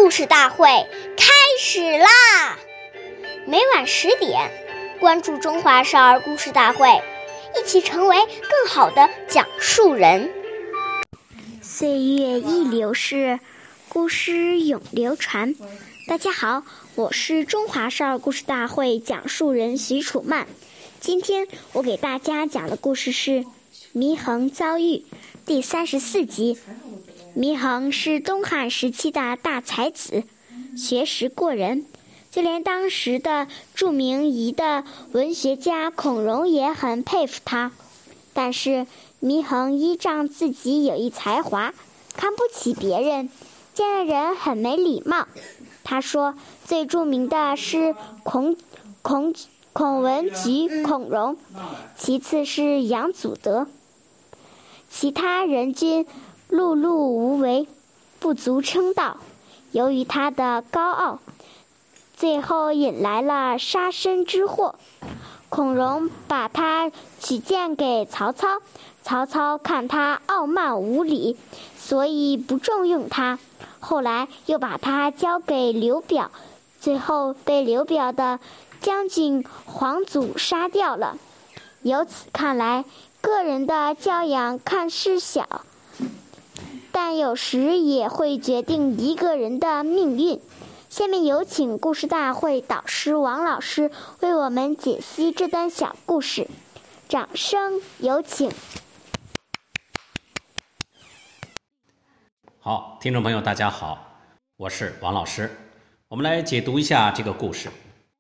故事大会开始啦！每晚10点，关注中华少儿故事大会，一起成为更好的讲述人。 岁月易流逝，故事永流传。大家好，我是中华少儿故事大会讲述人许楚曼。今天我给大家讲的故事是《祢衡遭遇》第34集。祢衡是东汉时期的大才子，学识过人，就连当时的著名仪的文学家孔融也很佩服他。但是祢衡依仗自己有一才华，看不起别人，见了人很没礼貌。他说最著名的是孔文举、孔融，其次是杨祖德，其他人均碌碌无为，不足称道。由于他的高傲，最后引来了杀身之祸。孔融把他举荐给曹操，曹操看他傲慢无礼，所以不重用他。后来又把他交给刘表，最后被刘表的将军黄祖杀掉了。由此看来，个人的教养看似小，但有时也会决定一个人的命运。下面有请故事大会导师王老师为我们解析这段小故事，掌声有请。 好，听众朋友大家好，我是王老师，我们来解读一下这个故事。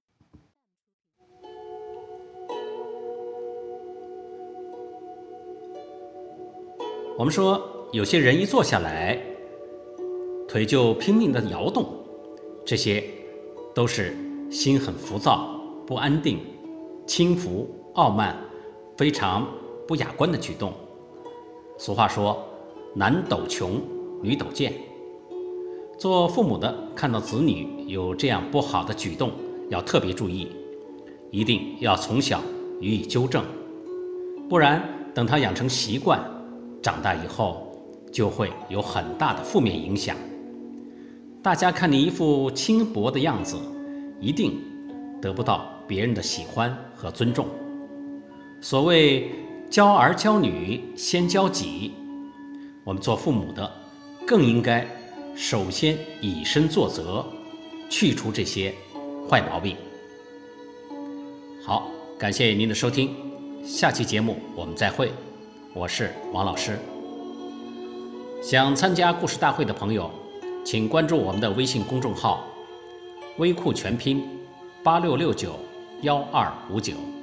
我们说有些人一坐下来，腿就拼命地摇动，这些都是心很浮躁、不安定、轻浮、傲慢、非常不雅观的举动。俗话说男斗穷，女斗贱。做父母的看到子女有这样不好的举动，要特别注意，一定要从小予以纠正，不然等他养成习惯，长大以后就会有很大的负面影响。大家看你一副轻薄的样子，一定得不到别人的喜欢和尊重。所谓教儿教女先教己，我们做父母的更应该首先以身作则，去除这些坏毛病。好，感谢您的收听，下期节目我们再会，我是王老师。想参加故事大会的朋友，请关注我们的微信公众号微库全拼86691259。